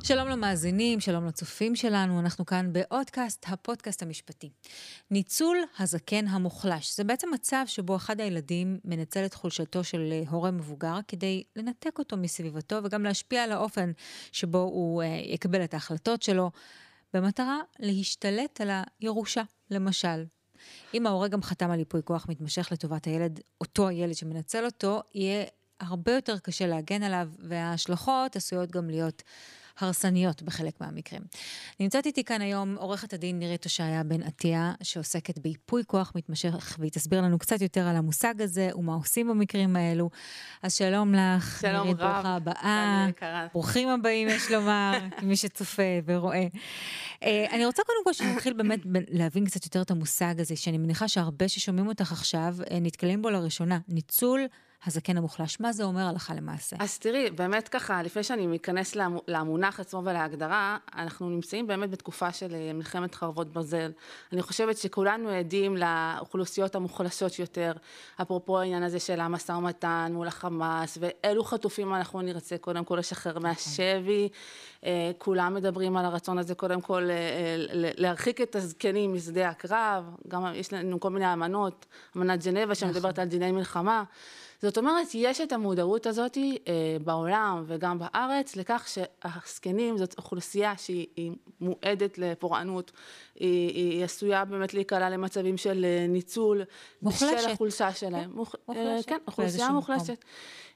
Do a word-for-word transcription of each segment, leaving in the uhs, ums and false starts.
שלום למאזינים, שלום לצופים שלנו, אנחנו כאן באודקאסט, הפודקאסט המשפטי. ניצול הזקן המוחלש, זה בעצם מצב שבו אחד הילדים מנצל את חולשתו של הורה מבוגר כדי לנתק אותו מסביבתו וגם להשפיע על האופן שבו הוא uh, יקבל את ההחלטות שלו, במטרה להשתלט על הירושה, למשל. אם ההורה גם חתם על ייפוי כוח מתמשך לטובת הילד, אותו הילד שמנצל אותו, יהיה הרבה יותר קשה להגן עליו, וההשלכות עשויות גם להיות הרסניות בחלק מהמקרים. נמצאת איתי כאן היום עורכת הדין נירית הושעיה בן עטיה, שעוסקת בייפוי כוח מתמשך, והיא תסביר לנו קצת יותר על המושג הזה, ומה עושים במקרים האלו. אז שלום לך, שלום נירית, רב. ברוכה הבאה. ברוכים הבאים, יש לומר, מי שצופה ורואה. אני רוצה קודם כל שנתחיל באמת להבין קצת יותר את המושג הזה, שאני מניחה שהרבה ששומעים אותך עכשיו, נתקלים בו לראשונה, ניצול הזקן המוחלש. מה זה אומר הלכה למעשה? אז תראי, באמת ככה, לפני שאני מכנס למונח עצמו ולהגדרה, אנחנו נמצאים באמת בתקופה של מלחמת חרבות ברזל. אני חושבת שכולנו עדים לאוכלוסיות המוחלשות יותר, אפרופו העניין הזה של המשא ומתן מול החמאס, ואילו חטופים אנחנו נרצה קודם כל לשחרר מהשבי. כולם מדברים על הרצון הזה קודם כל להרחיק את הזקנים משדה הקרב, גם יש לנו כל מיני אמנות, אמנת ג'נבה שמדברת על דיני מלחמה. זאת אומרת, יש את המודעות הזאת אה, בעולם וגם בארץ, לכך שהזקנים זאת אוכלוסייה שהיא מועדת לפורענות, היא, היא עשויה באמת להיקלע למצבים של ניצול, מוחלשת. בשל החולשה שלהם. מוח... מוחלשת. כן, אוכלוסייה מוחלשת.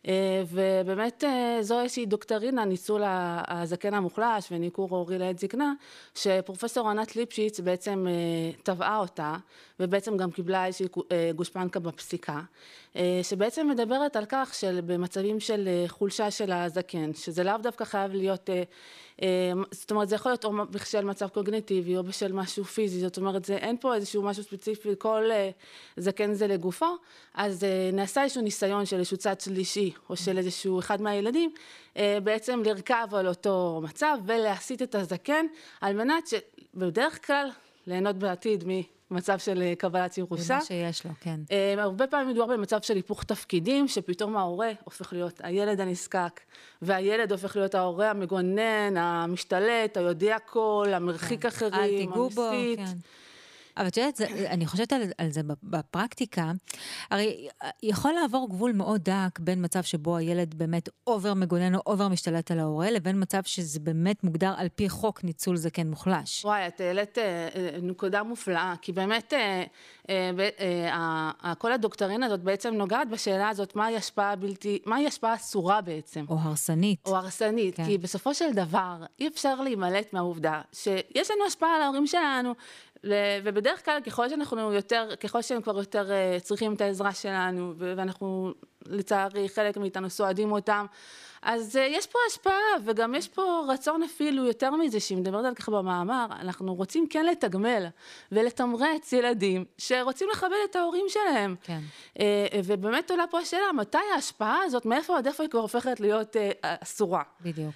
ובאמת זו איזושהי דוקטרינה, ניצול הזקן המוחלש וניכור הורי לעת זקנה, שפרופסור ענת ליפשיץ בעצם טבעה אותה, ובעצם גם קיבלה איזושהי גושפנקה בפסיקה, שבעצם מדברת על כך שבמצבים של חולשה של הזקן, שזה לאו דווקא חייב להיות, זאת אומרת, זה יכול להיות או בשל מצב קוגניטיבי או בשל משהו פיזי, זאת אומרת, זה, אין פה איזשהו משהו ספציפי, כל זקן זה לגופו, אז נעשה איזשהו ניסיון של איזשהו צד שלישי, או של איזשהו אחד מהילדים, בעצם לרכב על אותו מצב ולהסיט את הזקן, על מנת שבדרך כלל ליהנות בעתיד ממצב של קבלת ירושה. זה מה שיש לו, כן. הרבה פעמים מדובר במצב של היפוך תפקידים, שפתאום ההורה הופך להיות הילד הנזקק, והילד הופך להיות ההורה המגונן, המשתלט, היודע כל, המרחיק אחרים, המסית. אבל את יודעת, אני חושבת על, על זה בפרקטיקה, הרי יכול לעבור גבול מאוד דק בין מצב שבו הילד באמת אובר מגונן או אובר משתלט על ההורה, לבין מצב שזה באמת מוגדר על פי חוק ניצול זקן מוחלש. וואי, את העלית נקודה מופלאה, כי באמת כל הדוקטרינה הזאת בעצם נוגעת בשאלה הזאת, מהי השפעה בלתי, מהי השפעה אסורה בעצם. או הרסנית. או הרסנית, כן. כי בסופו של דבר אי אפשר להימלט מהעובדה שיש לנו השפעה על ההורים שלנו, ובדרך כלל ככל שאנחנו יותר, ככל שהם כבר יותר צריכים את העזרה שלנו, ואנחנו לצערי חלק מאיתנו סועדים אותם, אז יש פה השפעה, וגם יש פה רצון אפילו יותר מזה, שהיא מדברת על כך במאמר, אנחנו רוצים כן לתגמל, ולתמרץ ילדים שרוצים לכבד את ההורים שלהם. כן. ובאמת עולה פה השאלה, מתי ההשפעה הזאת, מאיפה עד איפה היא כבר הופכת להיות אסורה? בדיוק.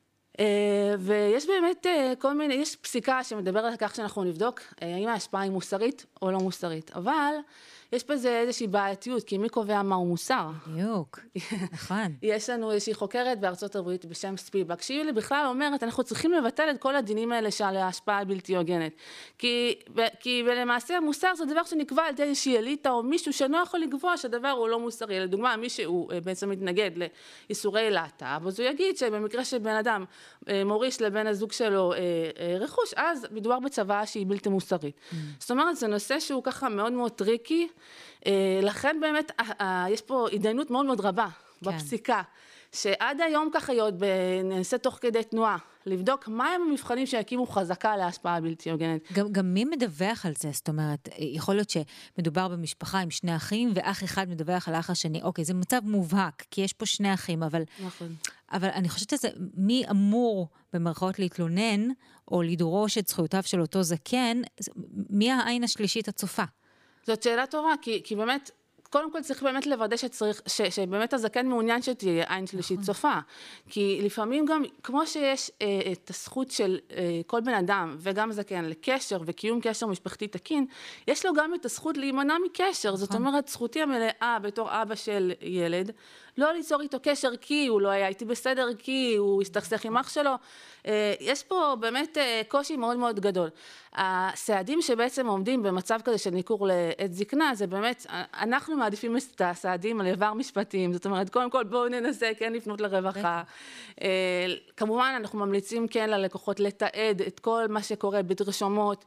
ויש באמת כל מיני, יש פסיקה שמדברת על כך שאנחנו נבדוק האם ההשפעה היא מוסרית או לא מוסרית, אבל יש בזה איזושהי בעייתיות, כי מי קובע מהו מוסר? בדיוק, נכון. יש לנו איזושהי חוקרת בארצות הברית בשם ספיבק, שהיא בכלל אומרת, אנחנו צריכים לבטל את כל הדינים האלה של ההשפעה הבלתי הוגנת. כי, כי למעשה המוסר זה דבר שנקבע על ידי איזושהי אליטה, או מישהו שאינו יכול לקבוע שהדבר הוא לא מוסרי. לדוגמה, מי שהוא בעצם מתנגד לאיסורי להט"ב, אז הוא יגיד שבמקרה שבן אדם מוריש לבן הזוג שלו רכוש, אז מדובר בצוואה שהיא בלתי מוסרית. Mm. זאת אומרת, זה נושא שהוא ככה מאוד מאוד טריקי, לכן באמת יש פה התדיינות מאוד מאוד רבה בפסיקה, שעד היום ככה עוד נעשה תוך כדי תנועה, לבדוק מהם המבחנים שיקימו חזקה להשפעה בלתי הוגנת. גם, גם מי מדווח על זה? זאת אומרת, יכול להיות שמדובר במשפחה עם שני אחים, ואח אחד מדווח על האח השני. אוקיי, זה מצב מובהק, כי יש פה שני אחים, אבל, נכון. אבל אני חושבת שזה, מי אמור במרכאות להתלונן, או לדרוש את זכויותיו של אותו זקן, מי העין השלישית הצופה? זאת שאלה טובה, כי, כי באמת, קודם כל צריך באמת לוודא שצריך, ש, שבאמת הזקן מעוניין שתהיה עין שלישית צופה. כי לפעמים גם, כמו שיש אה, את הזכות של אה, כל בן אדם, וגם זקן, לקשר וקיום קשר משפחתי תקין, יש לו גם את הזכות להימנע מקשר. זאת אומרת, זכותי המלאה בתור אבא של ילד, לא ליצור איתו קשר כי הוא לא היה איתי בסדר, כי הוא הסתכסך עם אח שלו. יש פה באמת קושי מאוד מאוד גדול. הסעדים שבעצם עומדים במצב כזה של ניכור לעת זקנה, זה באמת, אנחנו מעדיפים את הסעדים על עבר משפטיים, זאת אומרת, קודם כל בואו ננסה כן לפנות לרווחה. כמובן, אנחנו ממליצים כן ללקוחות לתעד את כל מה שקורה בדרשומות.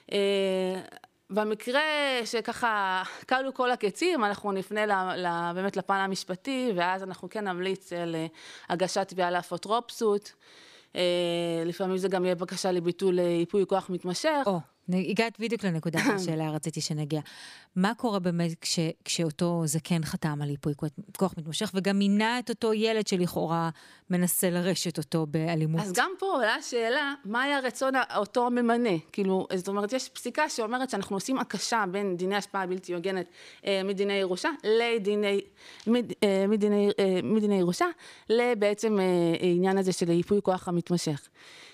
במקרה שככה קלו כל הקצים, אנחנו נפנה ל, ל, באמת לפן המשפטי, ואז אנחנו כן נמליץ על הגשת תביעה לאפוטרופסות. לפעמים זה גם יהיה בקשה לביטול ייפוי כוח מתמשך. או, הגעת בדיוק לנקודה השאלה, רציתי שנגיע. מה קורה באמת כש, כשאותו זקן חתם על ייפוי כוח מתמשך, וגם מינה את אותו ילד שלכאורה מנסה לרשת אותו באלימות? אז גם פה עולה השאלה, מה היה רצון אותו ממנה? כאילו, זאת אומרת, יש פסיקה שאומרת שאנחנו עושים הקשה בין דיני השפעה בלתי הוגנת מדיני ירושה, לדיני, מד, מדיני, מדיני ירושה, לבעצם העניין הזה של ייפוי כוח המתמשך.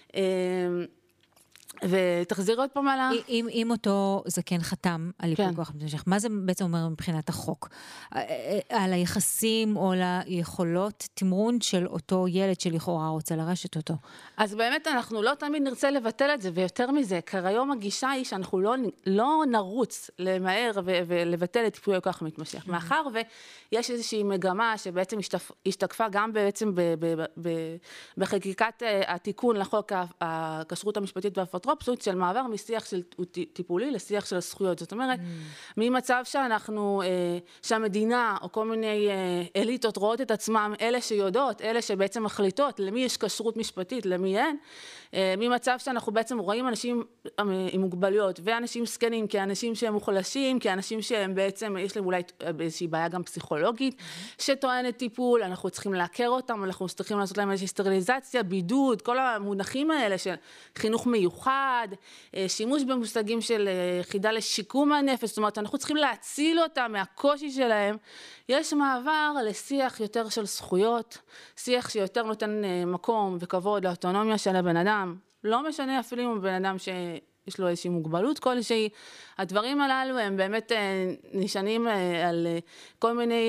ותחזיר עוד פעם על ה... אם, אם אותו זקן חתם על ייפוי כוח מתמשך, מה זה בעצם אומר מבחינת החוק? על היחסים או ליכולות תמרון של אותו ילד שלכאורה רוצה לרשת אותו? אז באמת אנחנו לא תמיד נרצה לבטל את זה, ויותר מזה, כיום הגישה היא שאנחנו לא, לא נרוץ למהר ו- ולבטל את ייפוי כוח מתמשך, מאחר ויש איזושהי מגמה שבעצם השתפ... השתקפה גם בעצם ב- ב- ב- בחקיקת התיקון לחוק הכשרות המשפטית והאפוטרופסות, של מעבר משיח של טיפולי לשיח של זכויות. זאת אומרת, ממצב שאנחנו, שהמדינה או כל מיני אליטות רואות את עצמם, אלה שיודעות, אלה שבעצם מחליטות למי יש כשרות משפטית, למי אין, ממצב שאנחנו בעצם רואים אנשים עם מוגבלויות ואנשים סקנים כאנשים שהם מוחלשים, כאנשים שהם בעצם, יש להם אולי איזושהי בעיה גם פסיכולוגית, שטוענת טיפול, אנחנו צריכים להכר אותם, אנחנו צריכים לעשות להם איזושהי סטריליזציה, בידוד, כל המונחים האלה של חינוך מיוחד, שימוש במושגים של יחידה לשיקום הנפש, זאת אומרת, אנחנו צריכים להציל אותם מהקושי שלהם. יש מעבר לשיח יותר של זכויות, שיח שיותר נותן מקום וכבוד לאוטונומיה של הבן אדם, לא משנה אפילו אם הוא בן אדם שיש לו איזושהי מוגבלות כלשהי. הדברים הללו הם באמת נשענים על כל מיני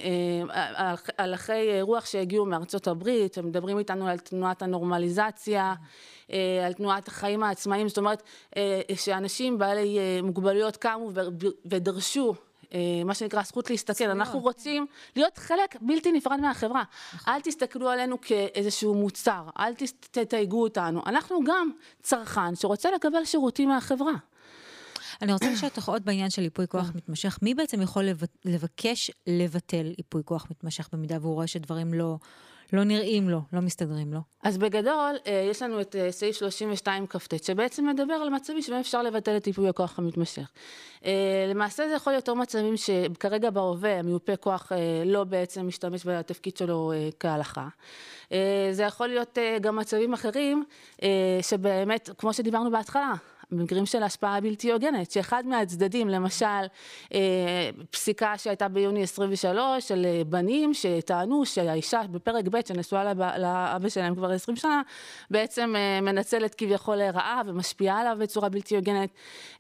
הלכי רוח שהגיעו מארצות הברית, הם מדברים איתנו על תנועת הנורמליזציה, על תנועת החיים העצמאיים, זאת אומרת שאנשים בעלי מוגבלויות קמו ודרשו מה שנקרא זכות להסתכל, אנחנו רוצים להיות חלק בלתי נפרד מהחברה, אל תסתכלו עלינו כאיזשהו מוצר, אל תתייגו אותנו, אנחנו גם צרכן שרוצה לקבל שירותים מהחברה. אני רוצה לשאול אותך עוד בעניין של ייפוי כוח מתמשך, מי בעצם יכול לבקש לבטל ייפוי כוח מתמשך במידה והוא רואה שדברים לא... לא נראים לו, לא מסתדרים לו. אז בגדול, יש לנו את סעיף שלושים ושתיים כ"ט, שבעצם מדבר על מצבים שבהם אפשר לבטל את ייפוי הכוח המתמשך. למעשה זה יכול להיות או מצבים שכרגע בהווה, המיופה כוח לא בעצם משתמש בתפקיד שלו כהלכה. זה יכול להיות גם מצבים אחרים, שבאמת, כמו שדיברנו בהתחלה, במקרים של השפעה בלתי הוגנת, שאחד מהצדדים, למשל, פסיקה שהייתה ביוני עשרים ושלוש, של בנים שטענו שהאישה בפרק ב' שנשואה לאבא שלהם כבר עשרים שנה, בעצם מנצלת כביכול לרעה ומשפיעה עליו בצורה בלתי הוגנת.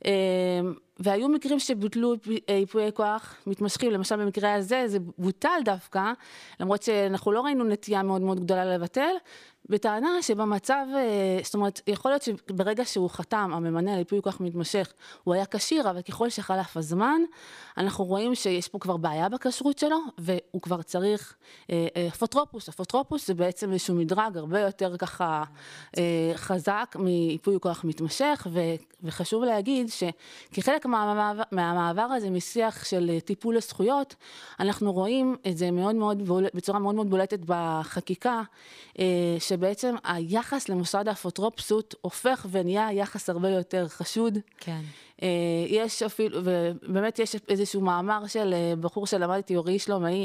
והיו מקרים שבוטלו ייפויי כוח מתמשכים, למשל במקרה הזה זה בוטל דווקא, למרות שאנחנו לא ראינו נטייה מאוד מאוד גדולה לבטל, בטענה שבמצב, זאת אומרת, יכול להיות שברגע שהוא חתם, הממנה על ייפוי כוח מתמשך, הוא היה כשיר, אבל ככל שחלף הזמן, אנחנו רואים שיש פה כבר בעיה בכשרות שלו, והוא כבר צריך אפוטרופוס. אפוטרופוס זה בעצם איזשהו מדרג הרבה יותר ככה חזק מייפוי כוח מתמשך, וחשוב להגיד שכחלק מהמעבר, מהמעבר הזה משיח של טיפול לזכויות, אנחנו רואים את זה מאוד מאוד, בצורה מאוד מאוד בולטת בחקיקה, שבעצם היחס למוסד האפוטרופסות הופך ונהיה יחס הרבה יותר חשוד. כן. יש אפילו, ובאמת יש איזשהו מאמר של בחור שלמדתי, אורי שלומאי,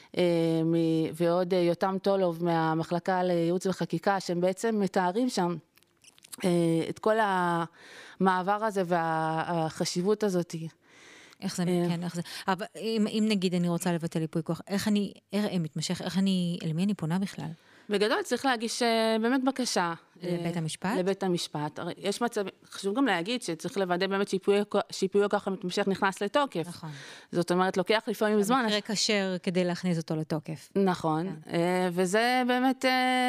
ועוד יותם טולוב מהמחלקה לייעוץ וחקיקה, שהם בעצם מתארים שם את כל המעבר הזה והחשיבות הזאת. איך זה, כן, איך זה. אבל אם, אם נגיד אני רוצה לבטל ייפוי כוח, איך אני, איך מתמשך, איך אני, למי אני פונה בכלל? בגדול צריך להגיש באמת בקשה לבית המשפט? לבית המשפט. יש מצב, חשוב גם להגיד שצריך לוודא באמת שיפוי הכוח המתמשך נכנס לתוקף. נכון. זאת אומרת, לוקח לפעמים זמן. המקרה קשר כדי להכניס אותו לתוקף. נכון, וזה באמת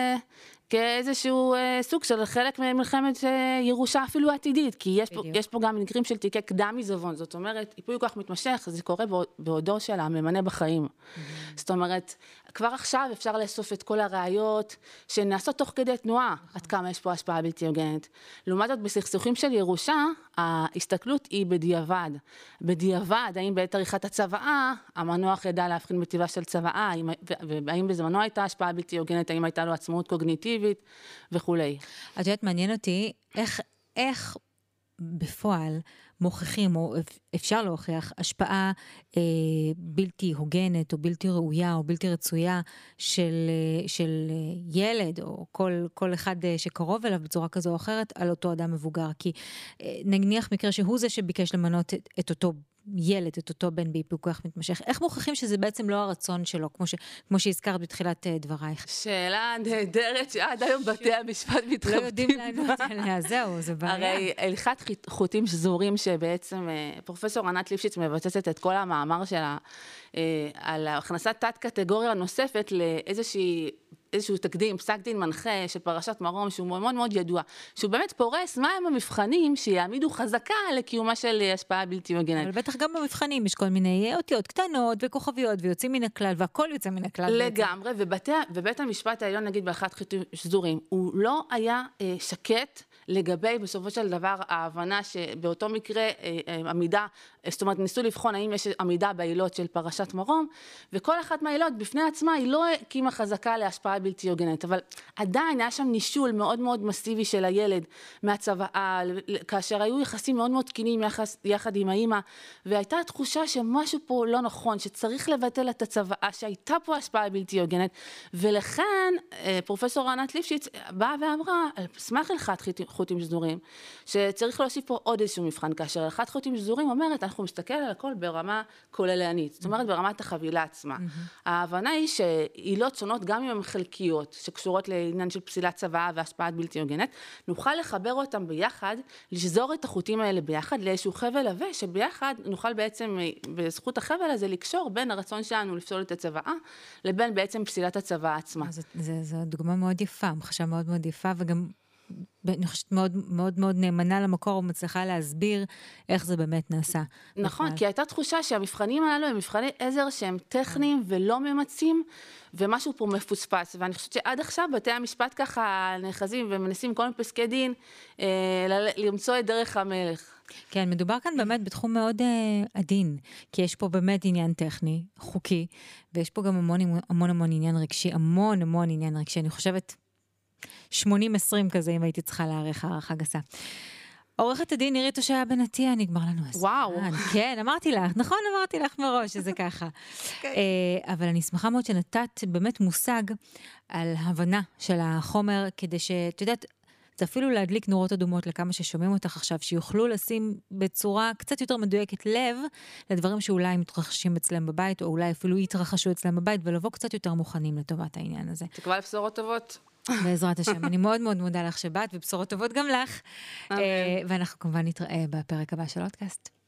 כאיזשהו סוג של חלק ממלחמת ירושה אפילו עתידית, כי יש פה, יש פה גם מקרים של תיקי קדם עיזבון, זאת אומרת, ייפוי כוח מתמשך, זה קורה בעודו של הממנה בחיים. זאת אומרת, כבר עכשיו אפשר לאסוף את כל הראיות שנעשות תוך כדי תנועה, עד כמה יש פה השפעה בלתי הוגנת. לעומת זאת, בסכסוכים של ירושה, ההסתכלות היא בדיעבד. בדיעבד, האם בעת עריכת הצוואה, המנוח ידע להבחין בטבעה של צוואה, והאם בזמנו הייתה השפעה בלתי הוגנת, האם הייתה לו עצמאות קוגניטיבית וכולי. את יודעת, מעניין אותי, איך, איך בפועל מוכיחים, או אפשר להוכיח, השפעה אה, בלתי הוגנת, או בלתי ראויה, או בלתי רצויה של, של ילד, או כל, כל אחד שקרוב אליו בצורה כזו או אחרת, על אותו אדם מבוגר. כי אה, נניח מקרה שהוא זה שביקש למנות את, את אותו ילד, את אותו בן בייפוי כוח מתמשך. איך מוכיחים שזה בעצם לא הרצון שלו, כמו, ש, כמו שהזכרת בתחילת uh, דברייך? שאלה נהדרת שעד היום בתי המשפט מתחבטים. לא יודעים לענות עליה, זהו, זה בעיה. הרי הלכת חוטים שזורים שבעצם פרופסור ענת ליפשיץ מבצצת את כל המאמר שלה על הכנסת תת קטגוריה נוספת לאיזושהי איזשהו תקדים, פסק דין מנחה של פרשת מרום, שהוא מאוד מאוד ידוע, שהוא באמת פורס מהם המבחנים שיעמידו חזקה לקיומה של השפעה בלתי הוגנת. אבל בטח גם במבחנים יש כל מיני אותיות קטנות וכוכביות ויוצאים מן הכלל, והכל יוצא מן הכלל. לגמרי, ובתי, ובית המשפט העליון, נגיד באחד חוטים שזורים, הוא לא היה אה, שקט לגבי בסופו של דבר ההבנה שבאותו מקרה אה, אה, עמידה, זאת אומרת ניסו לבחון האם יש עמידה בעילות של פרשת מרום, וכל אחת מהעילות בפני עצמה היא לא הקימה חזקה להשפעה בלתי הוגנת, אבל עדיין היה שם נישול מאוד מאוד מסיבי של הילד מהצוואה, כאשר היו יחסים מאוד מאוד תקינים יחס, יחד עם האמא, והייתה תחושה שמשהו פה לא נכון, שצריך לבטל את הצוואה, שהייתה פה השפעה בלתי הוגנת, ולכן פרופסור ענת ליפשיץ באה ואמרה, על סמך הלכת חוטים שזורים, שצריך להוסיף פה עוד איזשהו מבחן, כאשר הלכת חוטים שזורים אומרת, אנחנו מסתכל על הכל ברמה כוללנית, זאת אומרת ברמת החבילה עצמה. ההבנה היא שעילות שונות, גם אם הן חלקיות, שקשורות לעניין של פסילת צוואה והשפעת בלתי הוגנת, נוכל לחבר אותם ביחד, לשזור את החוטים האלה ביחד, לאיזשהו חבל עבה, שביחד נוכל בעצם, בזכות החבל הזה, לקשור בין הרצון שלנו לפסול את הצוואה, לבין בעצם פסילת הצוואה עצמה. זו דוגמה מאוד יפה, מחשבה מאוד מאוד יפה, וגם אני חושבת מאוד מאוד מאוד נאמנה למקור ומצליחה להסביר איך זה באמת נעשה. נכון, כי הייתה תחושה שהמבחנים הללו הם מבחני עזר שהם טכניים ולא ממצים, ומשהו פה מפוספס, ואני חושבת שעד עכשיו בתי המשפט ככה נחזים ומנסים כל מיני פסקי דין אה, למצוא את דרך המלך. כן, מדובר כאן באמת בתחום מאוד אה, עדין, כי יש פה באמת עניין טכני, חוקי, ויש פה גם המון המון המון עניין רגשי, המון המון עניין רגשי, אני חושבת שמונים עשרים כזה, אם הייתי צריכה להעריך הערכה גסה. עורכת הדין נירית הושעיה בן עטיה, נגמר לנו הזמן. וואו. כן, אמרתי לך, נכון, אמרתי לך מראש שזה ככה. אבל אני שמחה מאוד שנתת באמת מושג על הבנה של החומר, כדי שאת יודעת, זה אפילו להדליק נורות אדומות לכמה ששומעים אותך עכשיו, שיוכלו לשים בצורה קצת יותר מדויקת לב, לדברים שאולי מתרחשים אצלם בבית, או אולי אפילו יתרחשו אצלם בבית, ולבוא קצת יותר מוכנים לטובת העניין הזה. תקווה לבשורות טובות. בעזרת השם. אני מאוד מאוד מודה לך שבאת, ובשורות טובות גם לך. ואנחנו כמובן נתראה בפרק הבא של אודקאסט.